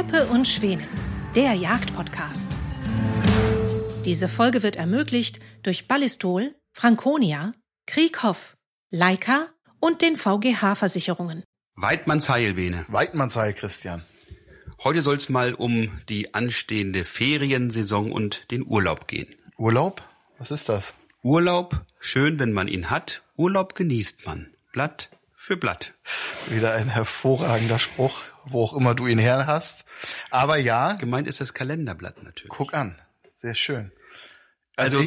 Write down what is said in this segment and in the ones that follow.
Heppe und Schwäne, der Jagdpodcast. Diese Folge wird ermöglicht durch Ballistol, Franconia, Krieghoff, Leica und den VGH-Versicherungen. Weidmannsheil, Bene. Weidmannsheil, Christian. Heute soll es mal um die anstehende Feriensaison und den Urlaub gehen. Urlaub? Was ist das? Urlaub, schön, wenn man ihn hat. Urlaub genießt man. Blatt für Blatt. Wieder ein hervorragender Spruch, wo auch immer du ihn her hast. Aber ja. Gemeint ist das Kalenderblatt natürlich. Guck an. Sehr schön. Also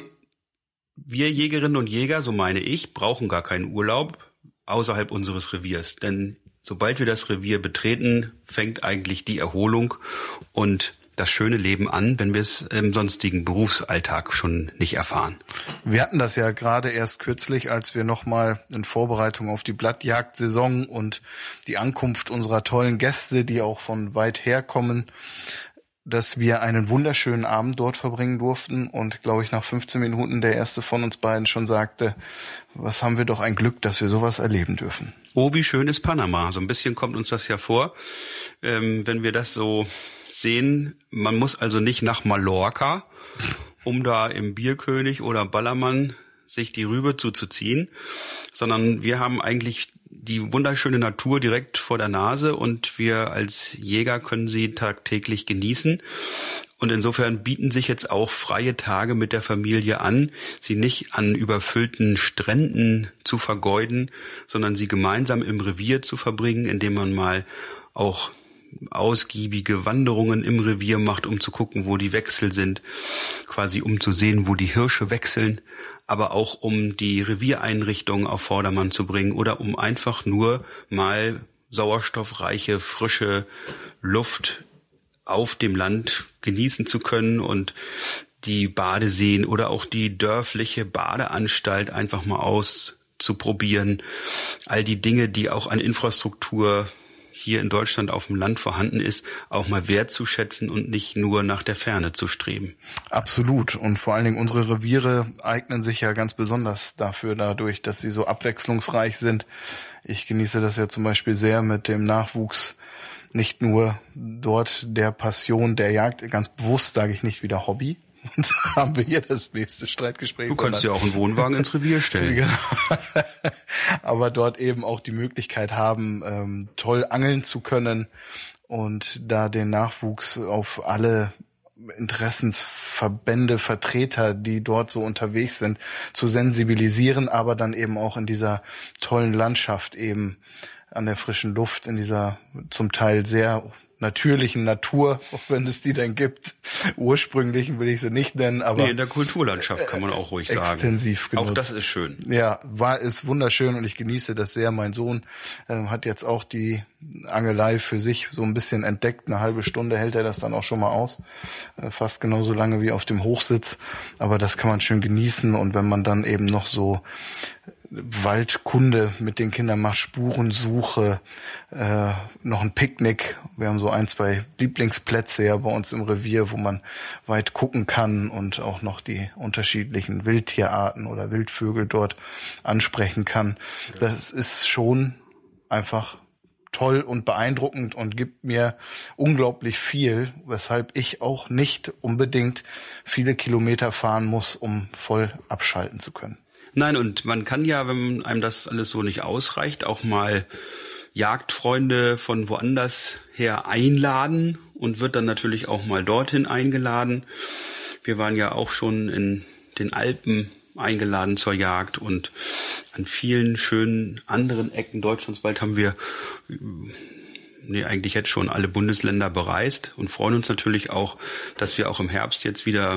wir Jägerinnen und Jäger, so meine ich, brauchen gar keinen Urlaub außerhalb unseres Reviers. Denn sobald wir das Revier betreten, fängt eigentlich die Erholung und das schöne Leben an, wenn wir es im sonstigen Berufsalltag schon nicht erfahren. Wir hatten das ja gerade erst kürzlich, als wir nochmal in Vorbereitung auf die Blattjagdsaison und die Ankunft unserer tollen Gäste, die auch von weit her kommen, dass wir einen wunderschönen Abend dort verbringen durften und, glaube ich, nach 15 Minuten der erste von uns beiden schon sagte, was haben wir doch ein Glück, dass wir sowas erleben dürfen. Oh, wie schön ist Panama. So ein bisschen kommt uns das ja vor, wenn wir das so sehen. Man muss also nicht nach Mallorca, um da im Bierkönig oder Ballermann sich die Rübe zuzuziehen, sondern wir haben eigentlich die wunderschöne Natur direkt vor der Nase und wir als Jäger können sie tagtäglich genießen. Und insofern bieten sich jetzt auch freie Tage mit der Familie an, sie nicht an überfüllten Stränden zu vergeuden, sondern sie gemeinsam im Revier zu verbringen, indem man mal auch ausgiebige Wanderungen im Revier macht, um zu gucken, wo die Wechsel sind, quasi um zu sehen, wo die Hirsche wechseln, aber auch um die Reviereinrichtungen auf Vordermann zu bringen oder um einfach nur mal sauerstoffreiche, frische Luft auf dem Land genießen zu können und die Badeseen oder auch die dörfliche Badeanstalt einfach mal auszuprobieren. All die Dinge, die auch an Infrastruktur hier in Deutschland auf dem Land vorhanden ist, auch mal wertzuschätzen und nicht nur nach der Ferne zu streben. Absolut. Und vor allen Dingen unsere Reviere eignen sich ja ganz besonders dafür, dadurch, dass sie so abwechslungsreich sind. Ich genieße das ja zum Beispiel sehr mit dem Nachwuchs, nicht nur dort der Passion der Jagd, ganz bewusst sage ich nicht wieder Hobby. Und haben wir hier das nächste Streitgespräch. Du kannst ja auch einen Wohnwagen ins Revier stellen. Genau. Aber dort eben auch die Möglichkeit haben, toll angeln zu können und da den Nachwuchs auf alle Interessensverbände, Vertreter, die dort so unterwegs sind, zu sensibilisieren, aber dann eben auch in dieser tollen Landschaft eben an der frischen Luft, in dieser zum Teil sehr natürlichen Natur, auch wenn es die denn gibt. Ursprünglichen will ich sie nicht nennen, aber in der Kulturlandschaft kann man auch ruhig sagen. Extensiv genutzt. Auch das ist schön. Ja, ist wunderschön und ich genieße das sehr. Mein Sohn hat jetzt auch die Angelei für sich so ein bisschen entdeckt. Eine halbe Stunde hält er das dann auch schon mal aus. Fast genauso lange wie auf dem Hochsitz. Aber das kann man schön genießen und wenn man dann eben noch so Waldkunde mit den Kindern macht, Spurensuche, noch ein Picknick. Wir haben so 1-2 Lieblingsplätze ja bei uns im Revier, wo man weit gucken kann und auch noch die unterschiedlichen Wildtierarten oder Wildvögel dort ansprechen kann. Das ist schon einfach toll und beeindruckend und gibt mir unglaublich viel, weshalb ich auch nicht unbedingt viele Kilometer fahren muss, um voll abschalten zu können. Nein, und man kann ja, wenn einem das alles so nicht ausreicht, auch mal Jagdfreunde von woanders her einladen und wird dann natürlich auch mal dorthin eingeladen. Wir waren ja auch schon in den Alpen eingeladen zur Jagd und an vielen schönen anderen Ecken Deutschlands. Bald haben wir eigentlich jetzt schon alle Bundesländer bereist und freuen uns natürlich auch, dass wir auch im Herbst jetzt wieder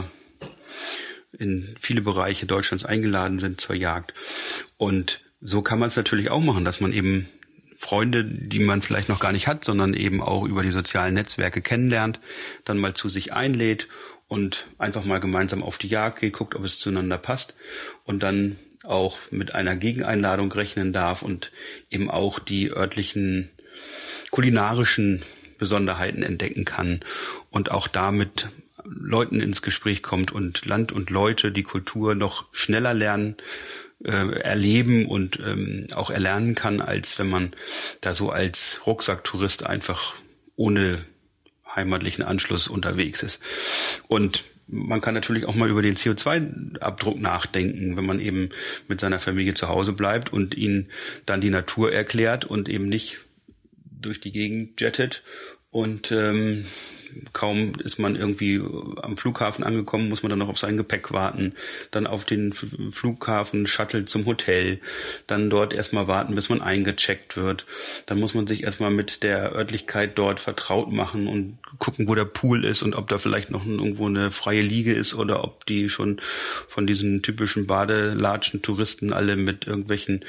in viele Bereiche Deutschlands eingeladen sind zur Jagd. Und so kann man es natürlich auch machen, dass man eben Freunde, die man vielleicht noch gar nicht hat, sondern eben auch über die sozialen Netzwerke kennenlernt, dann mal zu sich einlädt und einfach mal gemeinsam auf die Jagd geht, guckt, ob es zueinander passt und dann auch mit einer Gegeneinladung rechnen darf und eben auch die örtlichen kulinarischen Besonderheiten entdecken kann und auch damit Leuten ins Gespräch kommt und Land und Leute, die Kultur noch schneller lernen, erleben und auch erlernen kann, als wenn man da so als Rucksacktourist einfach ohne heimatlichen Anschluss unterwegs ist. Und man kann natürlich auch mal über den CO2-Abdruck nachdenken, wenn man eben mit seiner Familie zu Hause bleibt und ihnen dann die Natur erklärt und eben nicht durch die Gegend jettet. Und kaum ist man irgendwie am Flughafen angekommen, muss man dann noch auf sein Gepäck warten, dann auf den Flughafen-Shuttle zum Hotel, dann dort erstmal warten, bis man eingecheckt wird. Dann muss man sich erstmal mit der Örtlichkeit dort vertraut machen und gucken, wo der Pool ist und ob da vielleicht noch irgendwo eine freie Liege ist oder ob die schon von diesen typischen Badelatschen-Touristen alle mit irgendwelchen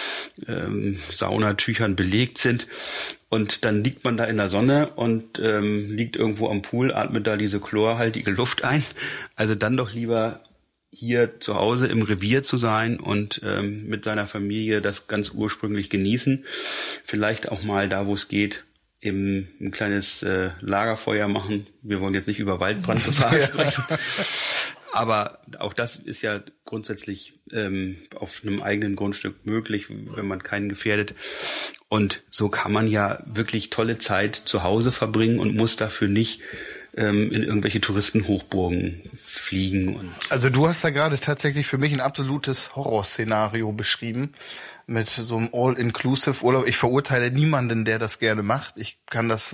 Saunatüchern belegt sind. Und dann liegt man da in der Sonne und liegt irgendwo am Pool, atmet da diese chlorhaltige Luft ein. Also dann doch lieber hier zu Hause im Revier zu sein und mit seiner Familie das ganz ursprünglich genießen. Vielleicht auch mal da, wo es geht, eben ein kleines Lagerfeuer machen. Wir wollen jetzt nicht über Waldbrandgefahr sprechen. Aber auch das ist ja grundsätzlich auf einem eigenen Grundstück möglich, wenn man keinen gefährdet. Und so kann man ja wirklich tolle Zeit zu Hause verbringen und muss dafür nicht in irgendwelche Touristenhochburgen fliegen. Also du hast da gerade tatsächlich für mich ein absolutes Horrorszenario beschrieben mit so einem All-Inclusive-Urlaub. Ich verurteile niemanden, der das gerne macht. Ich kann das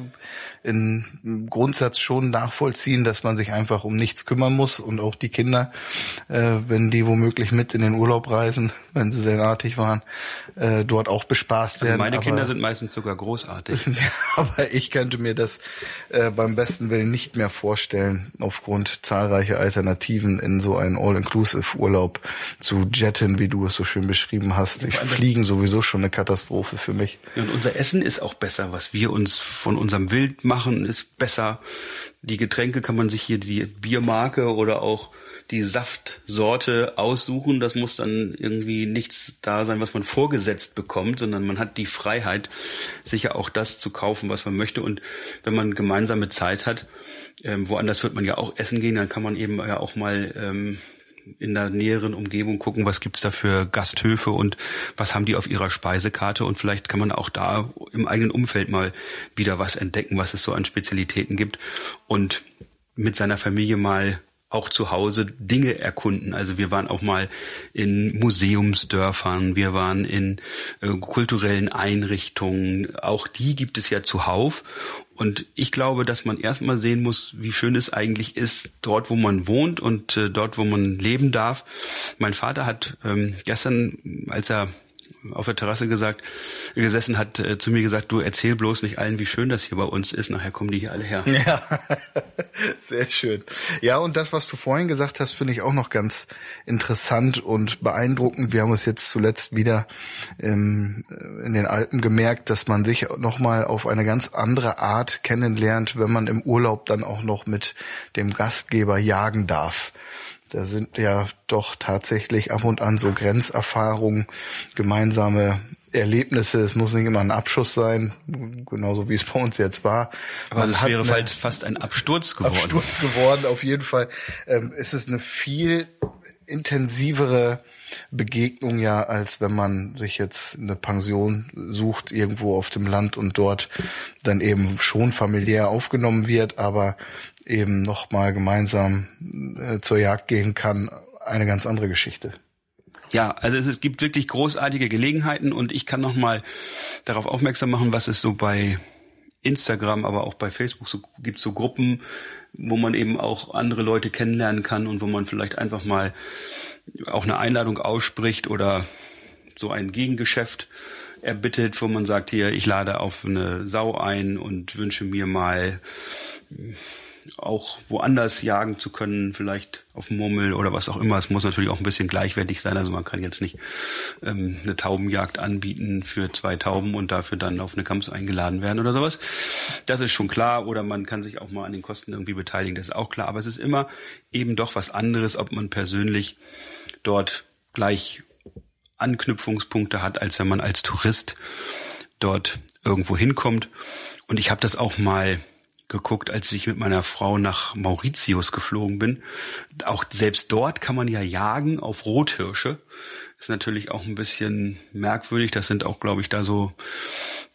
im Grundsatz schon nachvollziehen, dass man sich einfach um nichts kümmern muss und auch die Kinder, wenn die womöglich mit in den Urlaub reisen, wenn sie sehr artig waren, dort auch bespaßt werden. Also meine Kinder sind meistens sogar großartig. Aber ich könnte mir das beim besten Willen nicht mehr vorstellen, aufgrund zahlreicher Alternativen in so einen All-Inclusive-Urlaub zu jetten, wie du es so schön beschrieben hast. Fliegen sowieso schon eine Katastrophe für mich. Ja, und unser Essen ist auch besser. Was wir uns von unserem Wild machen, ist besser. Die Getränke kann man sich hier, die Biermarke oder auch die Saftsorte aussuchen. Das muss dann irgendwie nichts da sein, was man vorgesetzt bekommt, sondern man hat die Freiheit, sicher auch das zu kaufen, was man möchte. Und wenn man gemeinsame Zeit hat, woanders wird man ja auch essen gehen, dann kann man eben ja auch mal in der näheren Umgebung gucken, was gibt's da für Gasthöfe und was haben die auf ihrer Speisekarte, und vielleicht kann man auch da im eigenen Umfeld mal wieder was entdecken, was es so an Spezialitäten gibt, und mit seiner Familie mal auch zu Hause Dinge erkunden. Also wir waren auch mal in Museumsdörfern, wir waren in kulturellen Einrichtungen, auch die gibt es ja zuhauf. Und ich glaube, dass man erstmal sehen muss, wie schön es eigentlich ist, dort, wo man wohnt und dort, wo man leben darf. Mein Vater hat gestern, als er auf der Terrasse gesessen hat, zu mir gesagt, du erzähl bloß nicht allen, wie schön das hier bei uns ist. Nachher kommen die hier alle her. Ja, sehr schön. Ja, und das, was du vorhin gesagt hast, finde ich auch noch ganz interessant und beeindruckend. Wir haben es jetzt zuletzt wieder in den Alpen gemerkt, dass man sich nochmal auf eine ganz andere Art kennenlernt, wenn man im Urlaub dann auch noch mit dem Gastgeber jagen darf. Da sind ja doch tatsächlich ab und an so Grenzerfahrungen, gemeinsame Erlebnisse. Es muss nicht immer ein Abschuss sein, genauso wie es bei uns jetzt war. Aber das wäre fast ein Absturz geworden. Auf jeden Fall. Es ist eine viel intensivere Begegnung ja, als wenn man sich jetzt eine Pension sucht irgendwo auf dem Land und dort dann eben schon familiär aufgenommen wird, aber eben noch mal gemeinsam zur Jagd gehen kann. Eine ganz andere Geschichte. Ja, also es gibt wirklich großartige Gelegenheiten, und ich kann noch mal darauf aufmerksam machen, was es so bei Instagram, aber auch bei Facebook so gibt, so Gruppen, wo man eben auch andere Leute kennenlernen kann und wo man vielleicht einfach mal auch eine Einladung ausspricht oder so ein Gegengeschäft erbittet, wo man sagt, hier, ich lade auf eine Sau ein und wünsche mir mal auch woanders jagen zu können, vielleicht auf dem Murmel oder was auch immer. Es muss natürlich auch ein bisschen gleichwertig sein, also man kann jetzt nicht eine Taubenjagd anbieten für 2 Tauben und dafür dann auf eine Kamps eingeladen werden oder sowas. Das ist schon klar, oder man kann sich auch mal an den Kosten irgendwie beteiligen, das ist auch klar, aber es ist immer eben doch was anderes, ob man persönlich dort gleich Anknüpfungspunkte hat, als wenn man als Tourist dort irgendwo hinkommt. Und ich habe das auch mal geguckt, als ich mit meiner Frau nach Mauritius geflogen bin. Auch selbst dort kann man ja jagen auf Rothirsche. Ist natürlich auch ein bisschen merkwürdig. Das sind auch, glaube ich, da so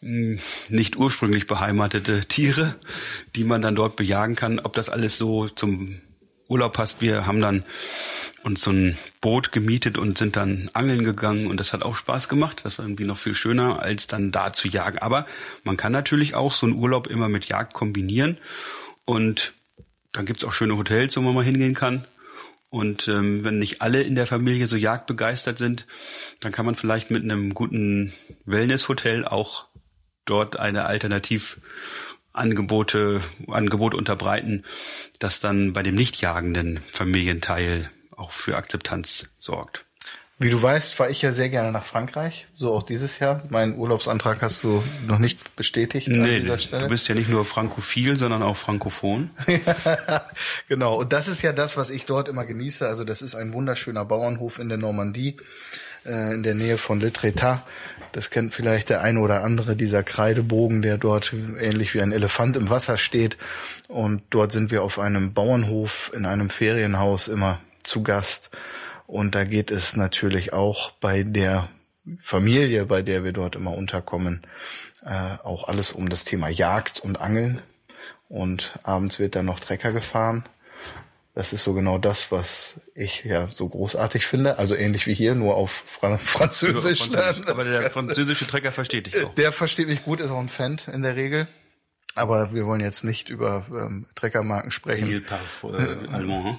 nicht ursprünglich beheimatete Tiere, die man dann dort bejagen kann. Ob das alles so zum Urlaub passt, wir haben dann uns so ein Boot gemietet und sind dann angeln gegangen und das hat auch Spaß gemacht. Das war irgendwie noch viel schöner, als dann da zu jagen. Aber man kann natürlich auch so einen Urlaub immer mit Jagd kombinieren und dann gibt's auch schöne Hotels, wo man mal hingehen kann. Und wenn nicht alle in der Familie so jagdbegeistert sind, dann kann man vielleicht mit einem guten Wellness-Hotel auch dort eine Angebot unterbreiten, das dann bei dem nicht jagenden Familienteil auch für Akzeptanz sorgt. Wie du weißt, fahre ich ja sehr gerne nach Frankreich, so auch dieses Jahr. Meinen Urlaubsantrag hast du noch nicht bestätigt an dieser Stelle. Du bist ja nicht nur frankophil, sondern auch frankophon. Genau, und das ist ja das, was ich dort immer genieße. Also das ist ein wunderschöner Bauernhof in der Normandie, in der Nähe von L'Étretat. Das kennt vielleicht der eine oder andere, dieser Kreidebogen, der dort ähnlich wie ein Elefant im Wasser steht. Und dort sind wir auf einem Bauernhof in einem Ferienhaus immer zu Gast. Und da geht es natürlich auch bei der Familie, bei der wir dort immer unterkommen, auch alles um das Thema Jagd und Angeln. Und abends wird dann noch Trecker gefahren. Das ist so genau das, was ich ja so großartig finde. Also ähnlich wie hier, nur auf Französisch. Aber der französische Trecker versteht dich auch. Der versteht mich gut, ist auch ein Fan in der Regel. Aber wir wollen jetzt nicht über Treckermarken sprechen. Allemand.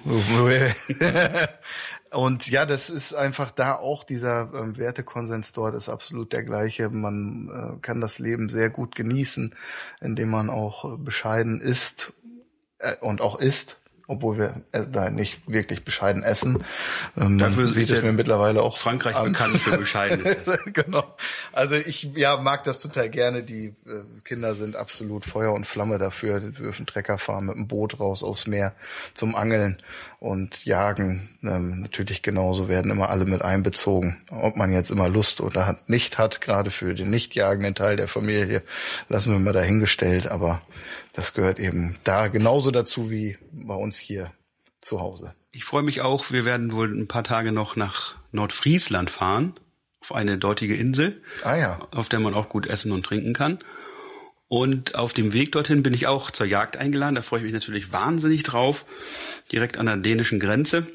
Und ja, das ist einfach da auch, dieser Wertekonsens dort ist absolut der gleiche. Man kann das Leben sehr gut genießen, indem man auch bescheiden ist und auch isst. Obwohl wir da nicht wirklich bescheiden essen. Dafür sieht es mir mittlerweile auch Frankreich bekannt für bescheidenes Essen. Genau. Also ich mag das total gerne. Die Kinder sind absolut Feuer und Flamme dafür. Die dürfen Trecker fahren mit dem Boot raus aufs Meer zum Angeln und Jagen. Natürlich genauso werden immer alle mit einbezogen. Ob man jetzt immer Lust oder nicht hat, gerade für den nicht jagenden Teil der Familie, lassen wir mal dahingestellt. Aber das gehört eben da genauso dazu wie bei uns hier zu Hause. Ich freue mich auch, wir werden wohl ein paar Tage noch nach Nordfriesland fahren, auf eine dortige Insel, auf der man auch gut essen und trinken kann. Und auf dem Weg dorthin bin ich auch zur Jagd eingeladen, da freue ich mich natürlich wahnsinnig drauf, direkt an der dänischen Grenze.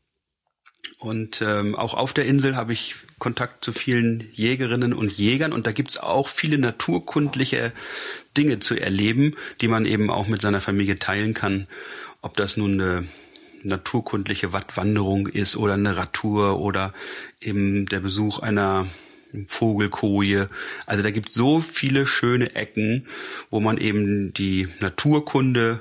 Und auch auf der Insel habe ich Kontakt zu vielen Jägerinnen und Jägern und da gibt's auch viele naturkundliche Dinge zu erleben, die man eben auch mit seiner Familie teilen kann. Ob das nun eine naturkundliche Wattwanderung ist oder eine Radtour oder eben der Besuch einer Vogelkoje. Also da gibt's so viele schöne Ecken, wo man eben die Naturkunde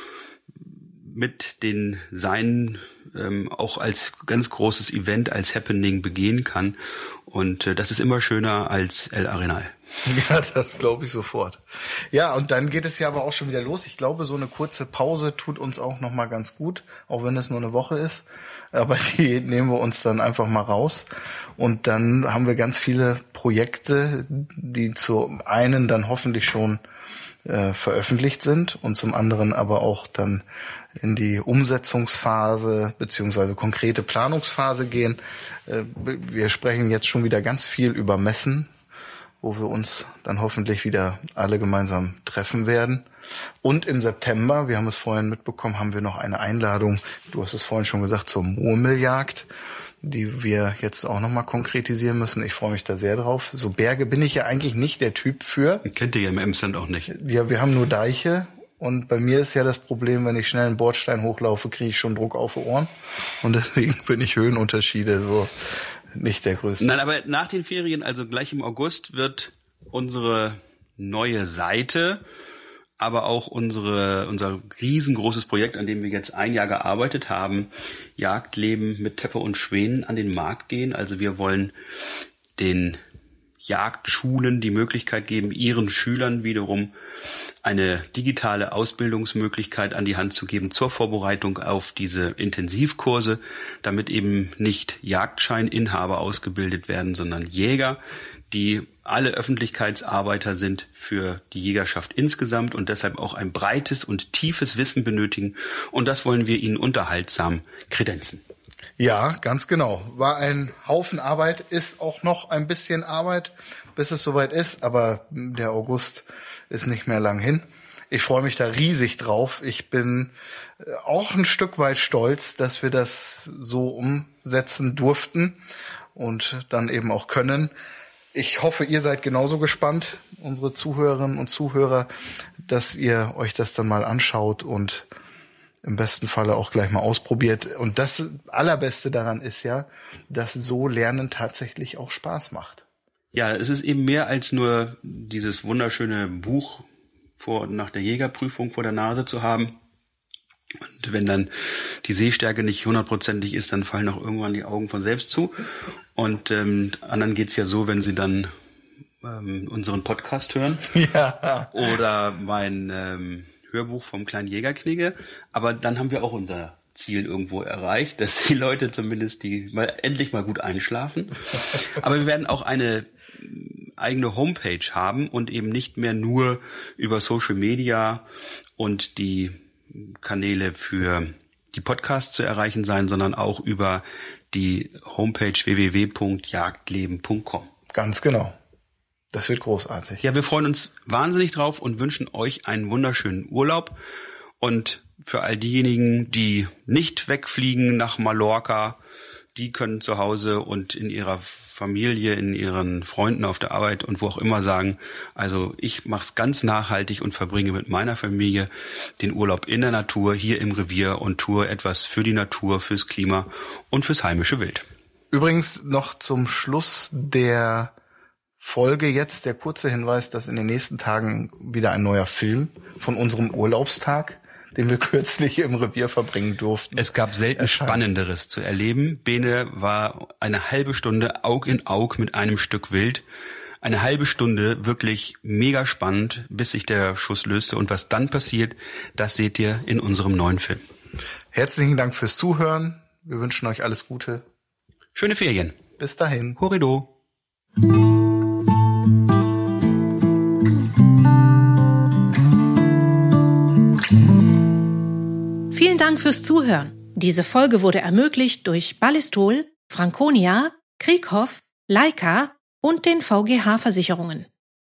mit den Seinen auch als ganz großes Event, als Happening begehen kann. Und das ist immer schöner als El Arenal. Ja, das glaube ich sofort. Ja, und dann geht es ja aber auch schon wieder los. Ich glaube, so eine kurze Pause tut uns auch nochmal ganz gut, auch wenn es nur eine Woche ist. Aber die nehmen wir uns dann einfach mal raus. Und dann haben wir ganz viele Projekte, die zum einen dann hoffentlich schon veröffentlicht sind und zum anderen aber auch dann in die Umsetzungsphase beziehungsweise konkrete Planungsphase gehen. Wir sprechen jetzt schon wieder ganz viel über Messen, wo wir uns dann hoffentlich wieder alle gemeinsam treffen werden. Und im September, wir haben es vorhin mitbekommen, haben wir noch eine Einladung, du hast es vorhin schon gesagt, zur Murmeljagd, die wir jetzt auch nochmal konkretisieren müssen. Ich freue mich da sehr drauf. So Berge bin ich ja eigentlich nicht der Typ für. Kennt ihr ja im Emsland auch nicht. Ja, wir haben nur Deiche. Und bei mir ist ja das Problem, wenn ich schnell einen Bordstein hochlaufe, kriege ich schon Druck auf die Ohren. Und deswegen bin ich Höhenunterschiede so nicht der größte. Nein, aber nach den Ferien, also gleich im August, wird unsere neue Seite, aber auch unser riesengroßes Projekt, an dem wir jetzt ein Jahr gearbeitet haben, Jagdleben mit Teppe und Schwänen, an den Markt gehen. Also wir wollen den Jagdschulen die Möglichkeit geben, ihren Schülern wiederum eine digitale Ausbildungsmöglichkeit an die Hand zu geben zur Vorbereitung auf diese Intensivkurse, damit eben nicht Jagdscheininhaber ausgebildet werden, sondern Jäger, die alle Öffentlichkeitsarbeiter sind für die Jägerschaft insgesamt und deshalb auch ein breites und tiefes Wissen benötigen. Und das wollen wir ihnen unterhaltsam kredenzen. Ja, ganz genau. War ein Haufen Arbeit, ist auch noch ein bisschen Arbeit. bis es soweit ist, aber der August ist nicht mehr lang hin. Ich freue mich da riesig drauf. Ich bin auch ein Stück weit stolz, dass wir das so umsetzen durften und dann eben auch können. Ich hoffe, ihr seid genauso gespannt, unsere Zuhörerinnen und Zuhörer, dass ihr euch das dann mal anschaut und im besten Falle auch gleich mal ausprobiert. Und das Allerbeste daran ist ja, dass so Lernen tatsächlich auch Spaß macht. Ja, es ist eben mehr als nur dieses wunderschöne Buch vor und nach der Jägerprüfung vor der Nase zu haben. Und wenn dann die Sehstärke nicht 100%ig ist, dann fallen auch irgendwann die Augen von selbst zu. Und anderen geht's ja so, wenn sie dann unseren Podcast hören. Ja. Oder mein Hörbuch vom kleinen Jägerknigge. Aber dann haben wir auch unser Ziel irgendwo erreicht, dass die Leute zumindest endlich mal gut einschlafen. Aber wir werden auch eine eigene Homepage haben und eben nicht mehr nur über Social Media und die Kanäle für die Podcasts zu erreichen sein, sondern auch über die Homepage www.jagdleben.com. Ganz genau. Das wird großartig. Ja, wir freuen uns wahnsinnig drauf und wünschen euch einen wunderschönen Urlaub. Und für all diejenigen, die nicht wegfliegen nach Mallorca, die können zu Hause und in ihrer Familie, in ihren Freunden auf der Arbeit und wo auch immer sagen, also ich mache es ganz nachhaltig und verbringe mit meiner Familie den Urlaub in der Natur, hier im Revier und tue etwas für die Natur, fürs Klima und fürs heimische Wild. Übrigens noch zum Schluss der Folge jetzt der kurze Hinweis, dass in den nächsten Tagen wieder ein neuer Film von unserem Urlaubstag, den wir kürzlich im Revier verbringen durften. Es gab selten Spannenderes zu erleben. Bene war eine halbe Stunde Aug in Aug mit einem Stück Wild. Eine halbe Stunde wirklich mega spannend, bis sich der Schuss löste. Und was dann passiert, das seht ihr in unserem neuen Film. Herzlichen Dank fürs Zuhören. Wir wünschen euch alles Gute. Schöne Ferien. Bis dahin. Horrido. Vielen Dank fürs Zuhören. Diese Folge wurde ermöglicht durch Ballistol, Franconia, Krieghoff, Leica und den VGH-Versicherungen.